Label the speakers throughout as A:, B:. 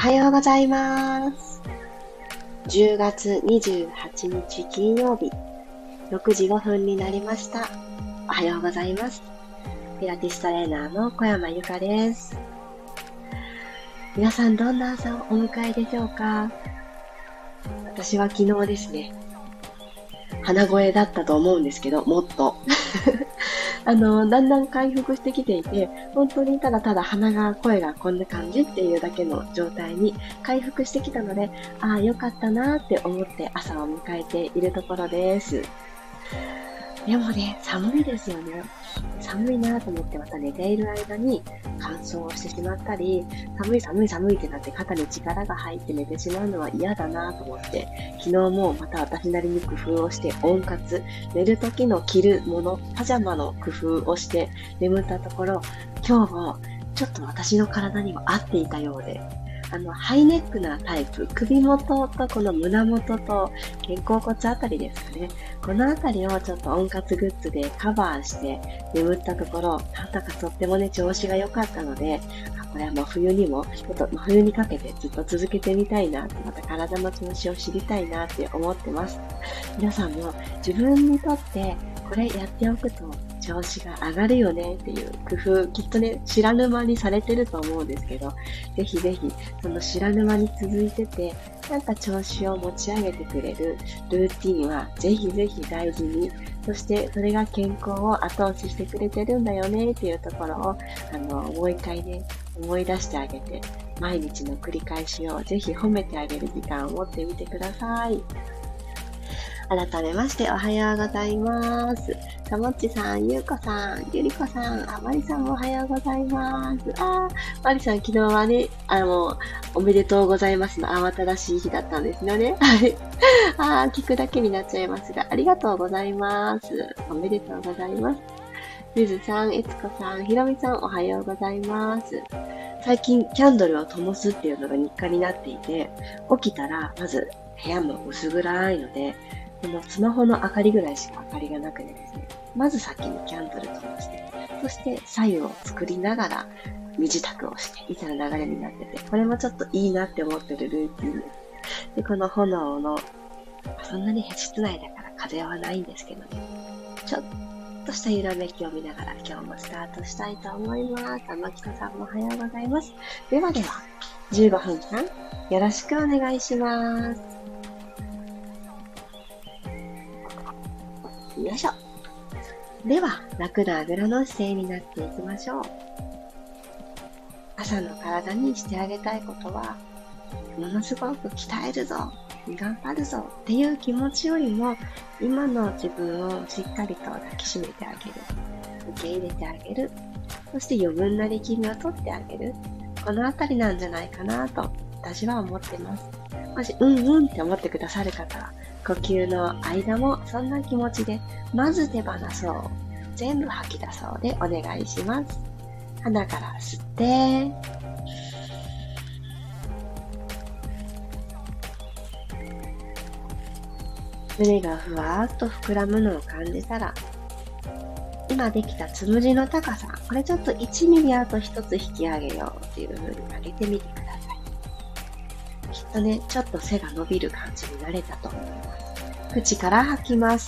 A: はようございます。10月28日金曜日、6時5分になりました。おはようございます。ピラティストレーナーの小山由佳です。皆さんどんな朝をお迎えでしょうか？私は昨日ですね、鼻声だったと思うんですけど、もっと。だんだん回復してきていて、本当にただただ声がこんな感じっていうだけの状態に回復してきたので、ああ、よかったなーって思って朝を迎えているところです。でもね、寒いですよね。寒いなと思ってまた寝ている間に乾燥してしまったり、寒いってなって肩に力が入って寝てしまうのは嫌だなと思って、昨日もまた私なりに工夫をして温活、寝る時の着るもの、パジャマの工夫をして眠ったところ、今日もちょっと私の体にも合っていたようで、ハイネックなタイプ、首元とこの胸元と肩甲骨あたりですかね。このあたりをちょっと温活グッズでカバーして眠ったところ、なんだかとってもね、調子が良かったので、これは真冬にも、ちょっと真冬にかけてずっと続けてみたいなって、また体の調子を知りたいなって思ってます。皆さんも自分にとってこれやっておくと調子が上がるよねっていう工夫、きっとね、知らぬ間にされてると思うんですけど、ぜひぜひ、その知らぬ間に続いてて、なんか調子を持ち上げてくれるルーティンは、ぜひぜひ大事に、そしてそれが健康を後押ししてくれてるんだよねっていうところを、もう一回ね、思い出してあげて、毎日の繰り返しをぜひ褒めてあげる時間を持ってみてください。改めましておはようございます。さもっちさん、ゆうこさん、ゆりこさん、まりさんもおはようございます。まりさん昨日はね、おめでとうございますの慌ただしい日だったんですよね。はい。聞くだけになっちゃいますが、ありがとうございます。おめでとうございます。ゆずさん、えつこさん、ひろみさん、おはようございます。最近、キャンドルを灯すっていうのが日課になっていて、起きたら、まず、部屋も薄暗いので、このスマホの明かりぐらいしか明かりがなくてですね、まず先にキャンドル灯して、そして左右を作りながら身支度をして、みたいな流れになってて、これもちょっといいなって思ってるルーティンです。で、この炎の、そんなに室内だから風はないんですけどね、ちょっとした揺らめきを見ながら今日もスタートしたいと思います。まきこさんもおはようございます。ではでは、15分間よろしくお願いします。よいしょ。では、楽なあぐらの姿勢になっていきましょう。朝の体にしてあげたいことは、ものすごく鍛えるぞ、頑張るぞっていう気持ちよりも、今の自分をしっかりと抱きしめてあげる。受け入れてあげる。そして余分な力みを取ってあげる。このあたりなんじゃないかなと、私は思ってます。もし、って思ってくださる方は、呼吸の間もそんな気持ちで、まず手放そう。全部吐き出そうでお願いします。鼻から吸って、胸がふわーっと膨らむのを感じたら、今できたつむじの高さ、これちょっと1ミリあと1つ引き上げようっていう風に上げてみてください。きっとね、ちょっと背が伸びる感じになれたと思います。口から吐きます。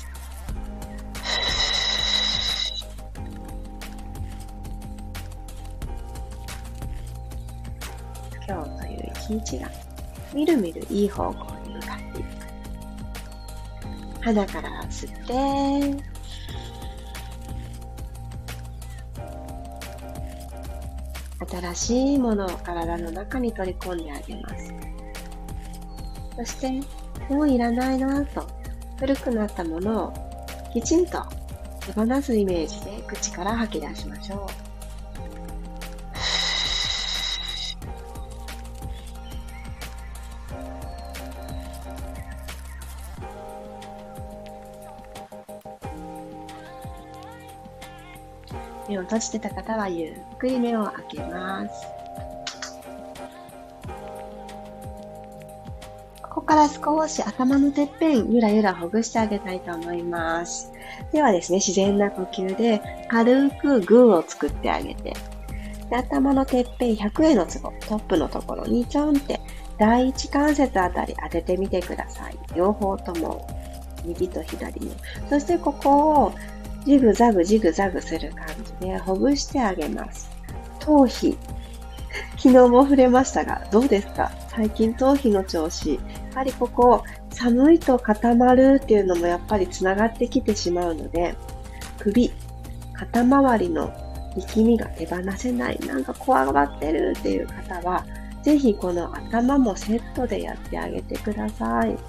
A: 今日という一日がみるみるいい方向に向かっていく。鼻から吸って、新しいものを体の中に取り込んであげます。そして、もういらないなと、古くなったものをきちんと手放すイメージで口から吐き出しましょう。目を閉じてた方はゆっくり目を開けます。ここから少し頭のてっぺんゆらゆらほぐしてあげたいと思います。ではですね、自然な呼吸で軽くグーを作ってあげて、 で、頭のてっぺん100円のツボ、トップのところにちょんって第一関節あたり当ててみてください。両方とも、右と左の。そしてここをジグザグジグザグする感じでほぐしてあげます。頭皮。昨日も触れましたが、どうですか？最近頭皮の調子。やはりここ、寒いと固まるっていうのもやっぱりつながってきてしまうので、首、肩周りの力みが手放せない、なんかこわばってるっていう方は、ぜひこの頭もセットでやってあげてください。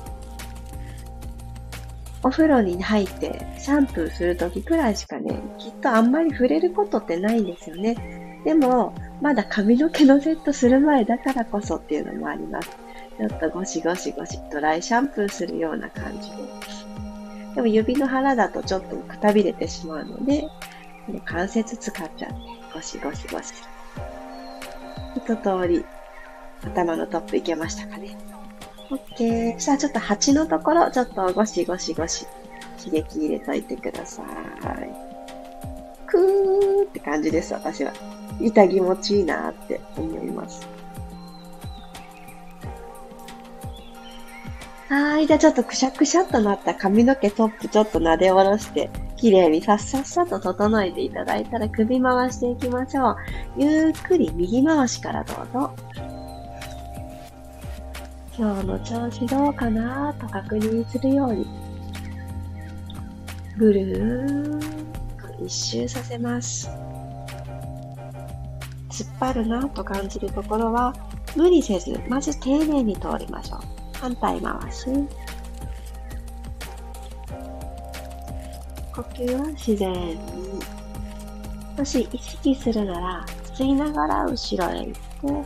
A: お風呂に入ってシャンプーするときくらいしかね、きっとあんまり触れることってないんですよね。でも、まだ髪の毛のセットする前だからこそっていうのもあります。ちょっとゴシゴシゴシドライシャンプーするような感じで。でも指の腹だとちょっとくたびれてしまうので、関節使っちゃって、ゴシゴシゴシ。一通り、頭のトップいけましたかね。OK。じゃあちょっと8のところ、ちょっとゴシゴシゴシ、刺激入れといてください。クーって感じです、私は。痛気持ちいいなって思います。はい。じゃあちょっとくしゃくしゃっとなった髪の毛トップちょっと撫で下ろして、綺麗にさっさっさと整えていただいたら首回していきましょう。ゆっくり右回しからどうぞ。今日の調子どうかなと確認するように、ぐるーんと一周させます。突っ張るなと感じるところは、無理せず、まず丁寧に通りましょう。反対回し。呼吸は自然に。もし意識するなら、吸いながら後ろへ行って、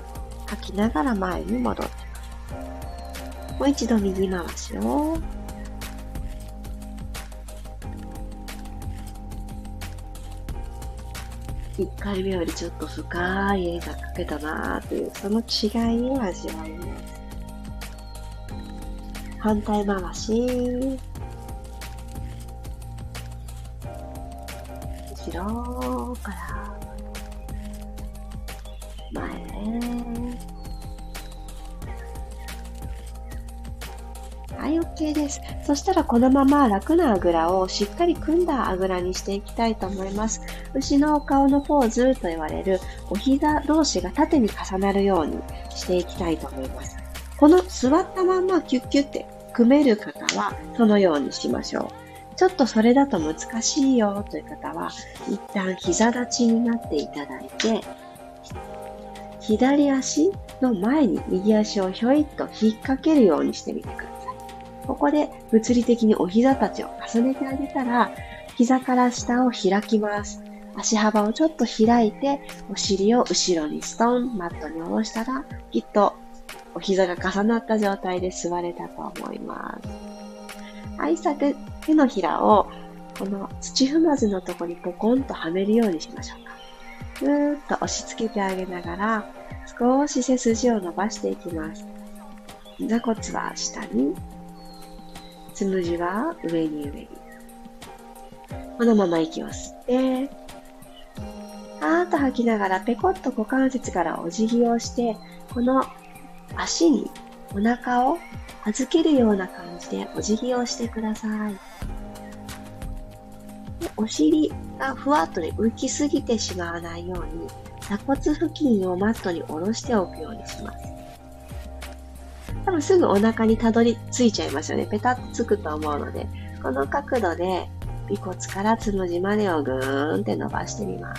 A: 吐きながら前に戻ってくる。もう一度右回しを。1回目よりちょっと深い絵が描けたなという、その違いを味わいます。反対回し。後ろから前へ。はい、OK です。そしたらこのまま楽なあぐらをしっかり組んだあぐらにしていきたいと思います。牛の顔のポーズと言われるお膝同士が縦に重なるようにしていきたいと思います。この座ったままキュッキュッて組める方はそのようにしましょう。ちょっとそれだと難しいよという方は一旦膝立ちになっていただいて、左足の前に右足をひょいっと引っ掛けるようにしてみてください。ここで物理的にお膝たちを重ねてあげたら、膝から下を開きます。足幅をちょっと開いて、お尻を後ろにストン、マットに下ろしたら、きっとお膝が重なった状態で座れたと思います。はい、さて手のひらをこの土踏まずのところにポコンとはめるようにしましょうか。ぐーっと押し付けてあげながら、少し背筋を伸ばしていきます。座骨は下に、つむじは上に上に。このまま息を吸って、ーっと吐きながらペコッと股関節からお辞儀をして、この足にお腹を預けるような感じでお辞儀をしてください。でお尻がふわっと浮きすぎてしまわないように、座骨付近をマットに下ろしておくようにします。多分すぐお腹にたどり着いちゃいますよね。ペタッとつくと思うので、この角度で尾骨からつむじまでをぐーんって伸ばしてみます。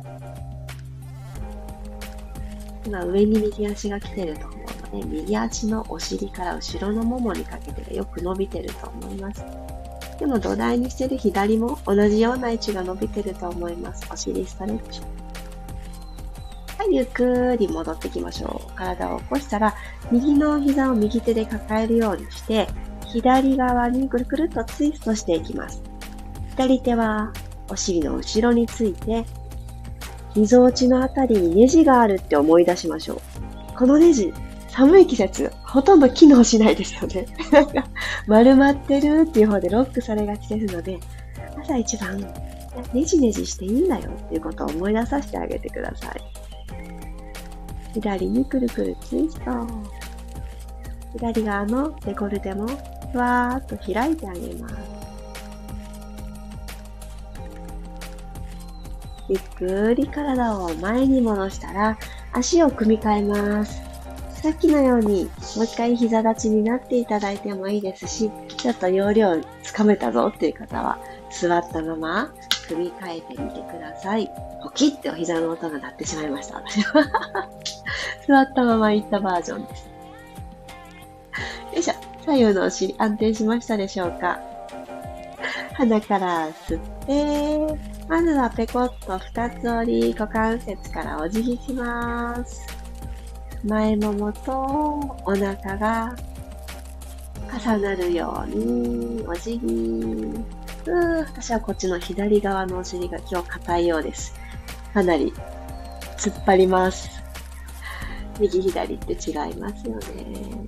A: 今上に右足が来てると思うので、右足のお尻から後ろのももにかけてよく伸びてると思います。でも土台にしてる左も同じような位置が伸びてると思います。お尻ストレッチ。はい、ゆっくり戻ってきましょう。体を起こしたら、右の膝を右手で抱えるようにして、左側にぐるぐるっとツイストしていきます。左手はお尻の後ろについて、溝落ちのあたりにネジがあるって思い出しましょう。このネジ、寒い季節、ほとんど機能しないですよね。丸まってるっていう方でロックされがちですので、朝一番、 ねじねじしていいんだよっていうことを思い出させてあげてください。左にくるくるツイスト。左側のデコルテもふわーっと開いてあげます。ゆっくり体を前に戻したら足を組み替えます。さっきのようにもう一回膝立ちになっていただいてもいいですし、ちょっと要領つかめたぞっていう方は座ったまま組み替えてみてください。ポキッてお膝の音が鳴ってしまいました。私は座ったままいったバージョンです。よいしょ。左右のお尻安定しましたでしょうか。鼻から吸って、まずはペコッと二つ折り股関節からお辞儀します。前ももとお腹が重なるようにお辞儀。私はこっちの左側のお尻が今日硬いようです。かなり突っ張ります。右左って違いますよね。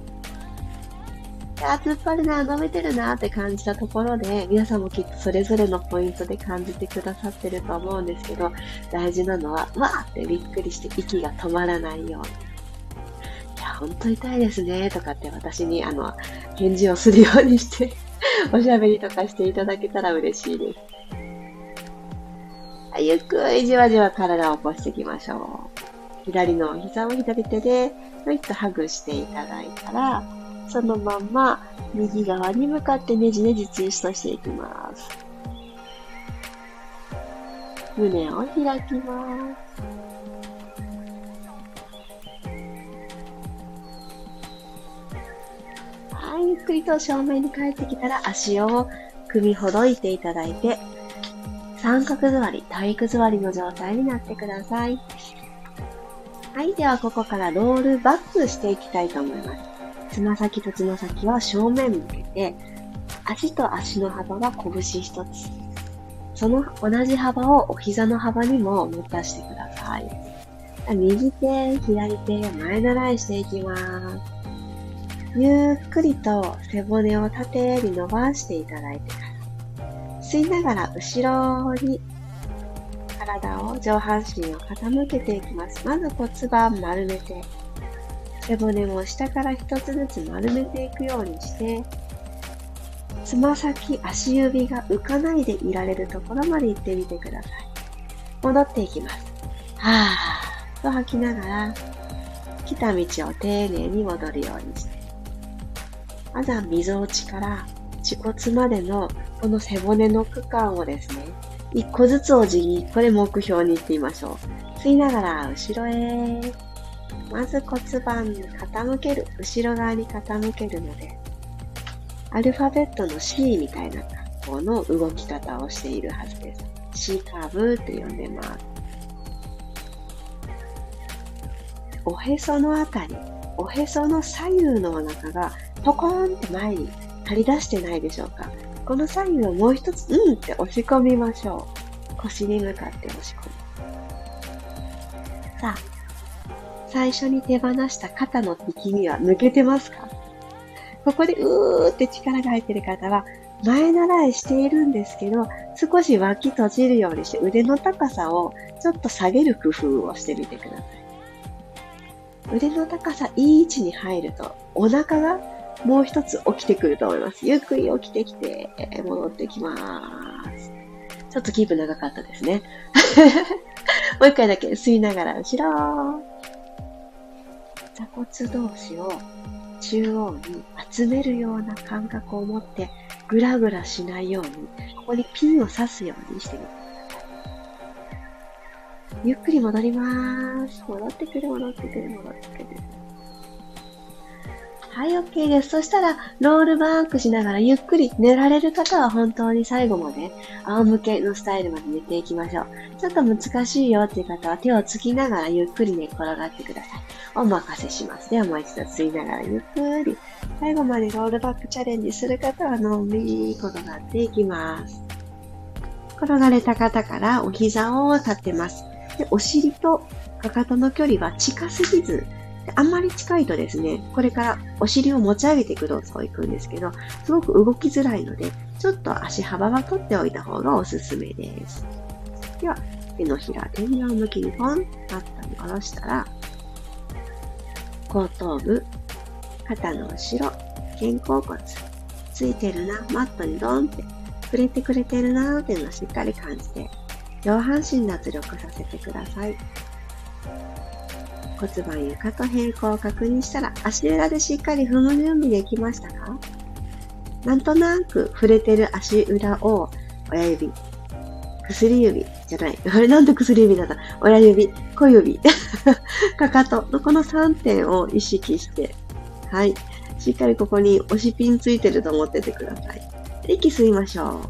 A: 突っ張るな、伸びてるなって感じたところで、皆さんもきっとそれぞれのポイントで感じてくださってると思うんですけど、大事なのは、わーってびっくりして息が止まらないように。いや、ほんと痛いですね、とかって私に返事をするようにして、おしゃべりとかしていただけたら嬉しいです。ゆっくりじわじわ体を起こしていきましょう。左の膝を左手で、ふいっとハグしていただいたら、そのまんま右側に向かってねじねじツイストしていきます。胸を開きます。はい、ゆっくりと正面に帰ってきたら足を組みほどいていただいて、三角座り、体育座りの状態になってください。はい、ではここからロールバックしていきたいと思います。つま先とつま先は正面向けて、足と足の幅は拳一つ。その同じ幅をお膝の幅にも持たせてください。右手、左手、前習いしていきます。ゆっくりと背骨を縦に伸ばしていただいてから、吸いながら後ろに体を上半身を傾けていきます。まず骨盤丸めて、背骨も下から一つずつ丸めていくようにして、つま先、足指が浮かないでいられるところまで行ってみてください。戻っていきます。はーっと吐きながら、来た道を丁寧に戻るようにして、まずは溝落ちから恥骨までのこの背骨の区間をですね、一個ずつお辞儀、これ目標に行ってみましょう。吸いながら後ろへ。まず骨盤に傾ける。後ろ側に傾けるので、アルファベットの C みたいな格好の動き方をしているはずです。C カーブって呼んでます。おへそのあたり、おへその左右のお腹がポコーンって前に張り出してないでしょうか。この左右をもう一つ、って押し込みましょう。腰に向かって押し込む。さあ、最初に手放した肩の力みは抜けてますか？ここでって力が入っている方は、前習いしているんですけど、少し脇閉じるようにして腕の高さをちょっと下げる工夫をしてみてください。腕の高さいい位置に入ると、お腹がもう一つ起きてくると思います。ゆっくり起きてきて、戻ってきます。ちょっとキープ長かったですね。もう一回だけ吸いながら後ろ。座骨同士を中央に集めるような感覚を持って、ぐらぐらしないように、ここにピンを刺すようにしてみてください。ゆっくり戻ります。戻ってくる、戻ってくる、戻ってくる。はい、OK です。そしたら、ロールバックしながらゆっくり寝られる方は本当に最後まで仰向けのスタイルまで寝ていきましょう。ちょっと難しいよっていう方は手をつきながらゆっくり寝転がってください。お任せします。ではもう一度吸いながらゆっくり。最後までロールバックチャレンジする方はのんびり転がっていきます。転がれた方からお膝を立てます。で、お尻とかかとの距離は近すぎず、あんまり近いとですね、これからお尻を持ち上げていく動作をいくんですけど、すごく動きづらいので、 ちょっと足幅は取っておいた方がおすすめです。では、手のひら天井向きにポン、マットに下ろしたら、後頭部、肩の後ろ、肩甲骨、ついてるな、マットにドンって触れてくれてるなーっていうのをしっかり感じて、上半身脱力させてください。骨盤床と平行を確認したら、足裏でしっかり踏む準備できましたか？なんとなく触れてる足裏を親指、薬指じゃない。あれなんで薬指だった？親指、小指、かかとのこの3点を意識して、はい。しっかりここに押しピンついてると思っててください。息吸いましょ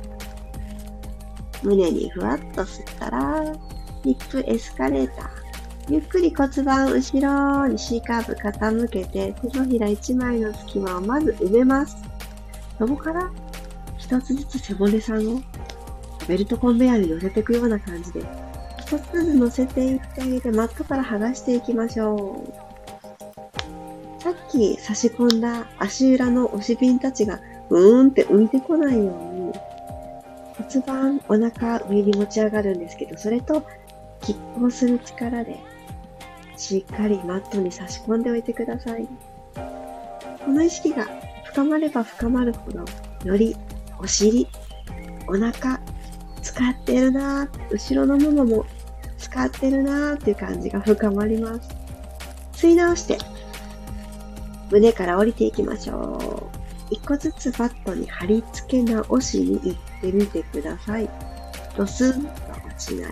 A: う。胸にふわっと吸ったら、ヒップエスカレーター。ゆっくり骨盤後ろに C カーブ傾けて、手のひら1枚の隙間をまず埋めます。そこから一つずつ背骨さんをベルトコンベヤーに乗せていくような感じで、一つずつ乗せていってあげて、マットから剥がしていきましょう。さっき差し込んだ足裏の押しピンたちがって浮いてこないように、骨盤、お腹上に持ち上がるんですけど、それと拮抗する力でしっかりマットに差し込んでおいてください。この意識が深まれば深まるほど、よりお尻、お腹、使ってるなー、後ろのももも使ってるなーっていう感じが深まります。吸い直して、胸から降りていきましょう。一個ずつバットに貼り付け直しに行ってみてください。ドスンと落ちない。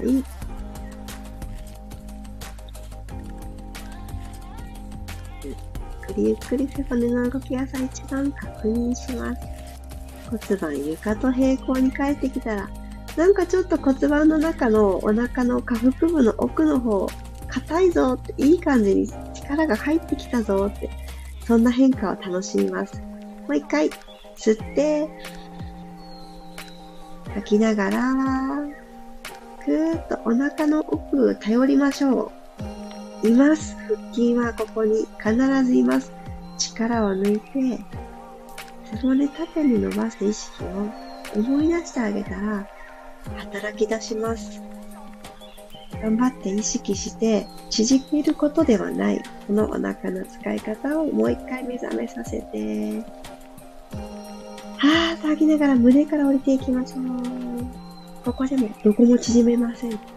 A: ゆっくり背骨の動きやさ一番確認します。骨盤床と平行に帰ってきたら、なんかちょっと骨盤の中のお腹の下腹部の奥の方、硬いぞって、いい感じに力が入ってきたぞって、そんな変化を楽しみます。もう一回、吸って、吐きながら、ぐーっとお腹の奥頼りましょう。います。腹筋はここに必ずいます。力を抜いて、背骨縦に伸ばす意識を思い出してあげたら、働き出します。頑張って意識して、縮めることではない、このお腹の使い方をもう一回目覚めさせて、はーっと吐きながら胸から降りていきましょう。ここでもどこも縮めません。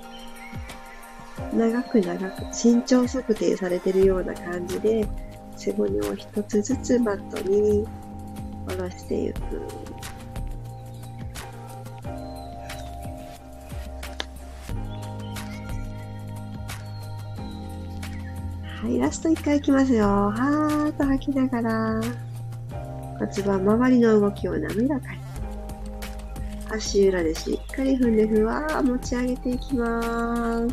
A: 長く長く身長測定されているような感じで、背骨を一つずつマットに下ろしていく。はい、ラスト1回いきますよ。はーっと吐きながら、骨盤周りの動きを滑らかに。足裏でしっかり踏んでふわー持ち上げていきます。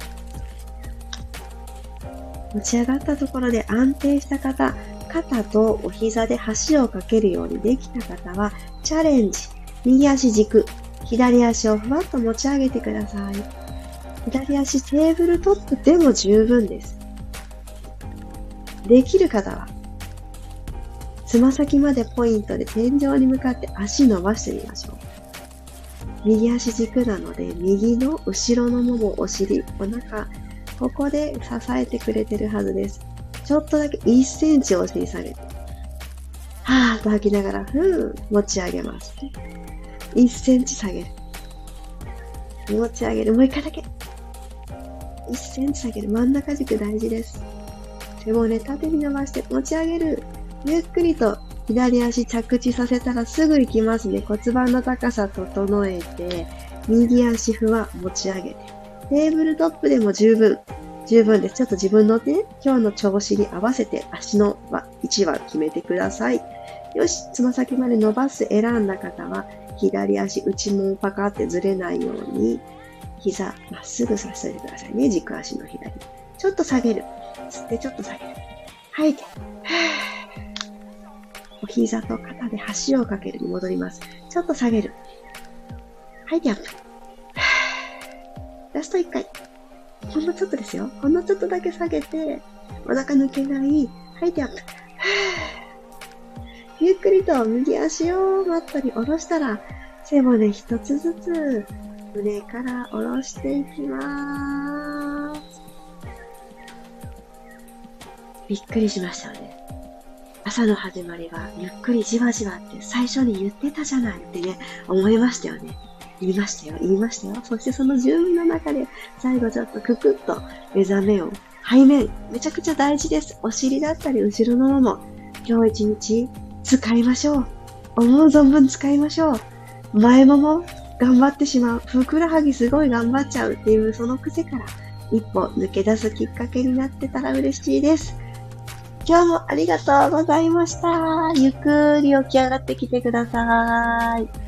A: 持ち上がったところで安定した方、肩とお膝で橋をかけるようにできた方は、チャレンジ。右足軸、左足をふわっと持ち上げてください。左足テーブルトップでも十分です。できる方は、つま先までポイントで天井に向かって足伸ばしてみましょう。右足軸なので、右の後ろのもも、お尻、お腹、ここで支えてくれてるはずです。ちょっとだけ1センチお尻下げて、はーっと吐きながら、持ち上げます。1センチ下げる。持ち上げる。もう一回だけ。1センチ下げる。真ん中軸大事です。背骨縦に伸ばして持ち上げる。ゆっくりと左足着地させたらすぐ行きますね。骨盤の高さ整えて、右足ふわ持ち上げて。テーブルトップでも十分です。ちょっと自分のね、今日の調子に合わせて足の位置は決めてください。よし、つま先まで伸ばす選んだ方は、左足内ももパカってずれないように、膝まっすぐさせてくださいね。軸足の左。ちょっと下げる。吸ってちょっと下げる。吐いて。お膝と肩で橋をかけるに戻ります。ちょっと下げる。吐いてアップ。ラスト1回。ほんのちょっとですよ。ほんのちょっとだけ下げて、お腹抜けない。吐いてアップ。 ゆっくりと右足をマットに下ろしたら、背骨一つずつ胸から下ろしていきます。びっくりしましたよね。朝の始まりがゆっくりじわじわって最初に言ってたじゃないってね、思いましたよね。言いましたよ。そしてその準備の中で最後ちょっとククッと目覚めを、背面、めちゃくちゃ大事です。お尻だったり後ろのもも、今日一日使いましょう。思う存分使いましょう。前もも頑張ってしまう。ふくらはぎすごい頑張っちゃうっていうその癖から一歩抜け出すきっかけになってたら嬉しいです。今日もありがとうございました。ゆっくり起き上がってきてください。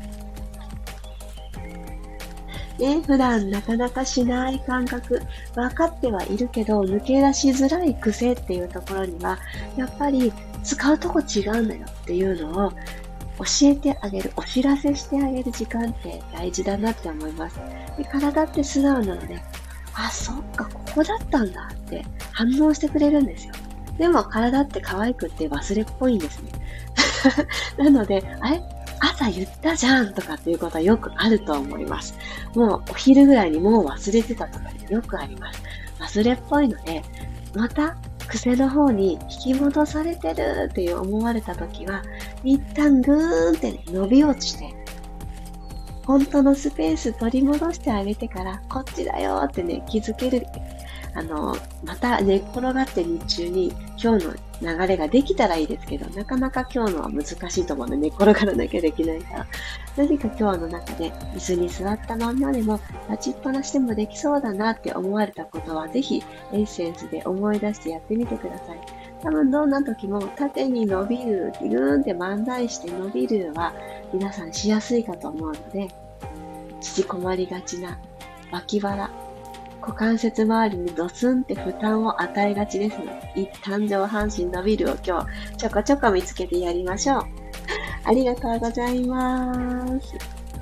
A: ね、普段なかなかしない感覚、分かってはいるけど、抜け出しづらい癖っていうところには、やっぱり使うとこ違うんだよっていうのを教えてあげる、お知らせしてあげる時間って大事だなって思います。で、体って素直なので、あ、そっか、ここだったんだって反応してくれるんですよ。でも体って可愛くって忘れっぽいんですね。なので、あれ朝言ったじゃんとかっていうことはよくあると思います。もうお昼ぐらいにもう忘れてたとかよくあります。忘れっぽいので、また癖の方に引き戻されてるっていう思われた時は、一旦ぐーんってね、伸び落ちて、本当のスペース取り戻してあげてから、こっちだよってね、気づける。また寝っ転がって日中に今日の流れができたらいいですけど、なかなか今日のは難しいと思うので、寝っ転がらなきゃできないから、何か今日の中で椅子に座ったまんまでも立ちっぱなしでもできそうだなって思われたことは、ぜひエッセンスで思い出してやってみてください。多分どんな時も縦に伸びる、ギューンって万歳して伸びるは皆さんしやすいかと思うので、縮こまりがちな脇腹、股関節周りにドスンって負担を与えがちですので、一旦上半身伸びるを今日ちょこちょこ見つけてやりましょう。ありがとうございます。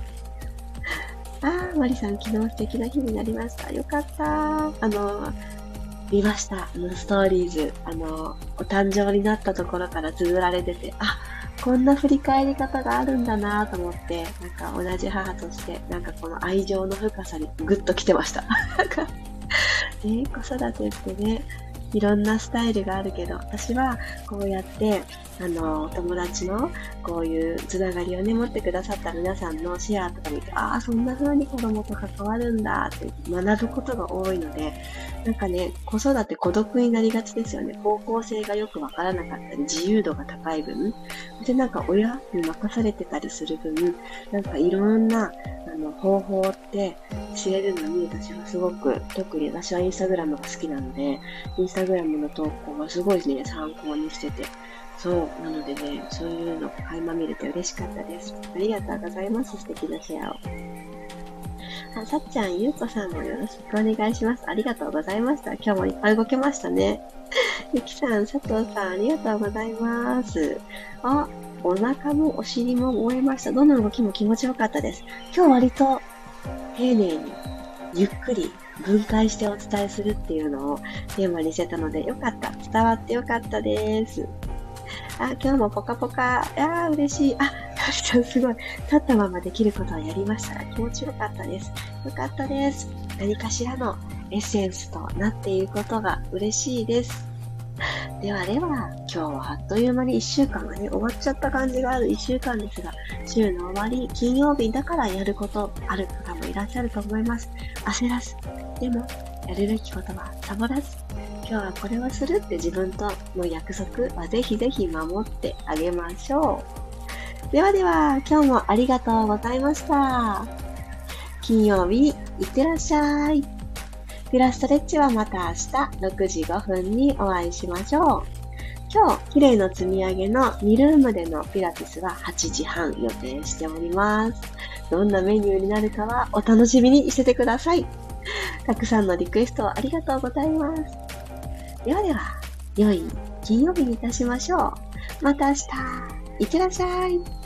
A: マリさん昨日素敵な日になりました。よかった。見ました。ストーリーズ。お誕生になったところから綴られてて、こんな振り返り方があるんだなと思って、なんか同じ母として、なんかこの愛情の深さにグッと来てました。子育てってね、いろんなスタイルがあるけど、私はこうやって、お友達のこういうつながりをね、持ってくださった皆さんのシェアとか見て、そんな風に子供と関わるんだって学ぶことが多いので、なんかね、子育て孤独になりがちですよね。方向性がよくわからなかったり、自由度が高い分。で、なんか親に任されてたりする分、なんかいろんな方法って知れるのに、私はすごく、特に私はインスタグラムが好きなので、インスタグラムの投稿がすごいね、参考にしてて、そう、なのでね、そういうの垣間見れて嬉しかったです。ありがとうございます。素敵なシェアを。さっちゃん、ゆうこさんもよろしくお願いします。ありがとうございました。今日もいっぱい動けましたね。ゆきさん、佐藤さん、ありがとうございます。お腹もお尻も終えました。どの動きも気持ちよかったです。今日割と丁寧にゆっくり分解してお伝えするっていうのをテーマにしてたのでよかった。伝わってよかったです。今日もポカポカ。嬉しい。かりちゃんすごい。立ったままできることをやりましたら気持ちよかったです。よかったです。何かしらのエッセンスとなっていることが嬉しいです。では、今日はあっという間に1週間がね、終わっちゃった感じがある1週間ですが、週の終わり、金曜日だからやることある方もいらっしゃると思います。焦らず。でも、やるべきことはサボらず。今日はこれをするって自分との約束はぜひぜひ守ってあげましょう。ではでは、今日もありがとうございました。金曜日、いってらっしゃい。ピラストレッチはまた明日6時5分にお会いしましょう。今日、綺麗の積み上げの2ルームでのピラティスは8時半予定しております。どんなメニューになるかはお楽しみにしててください。たくさんのリクエストありがとうございます。ではでは、良い金曜日にいたしましょう。また明日、いってらっしゃい。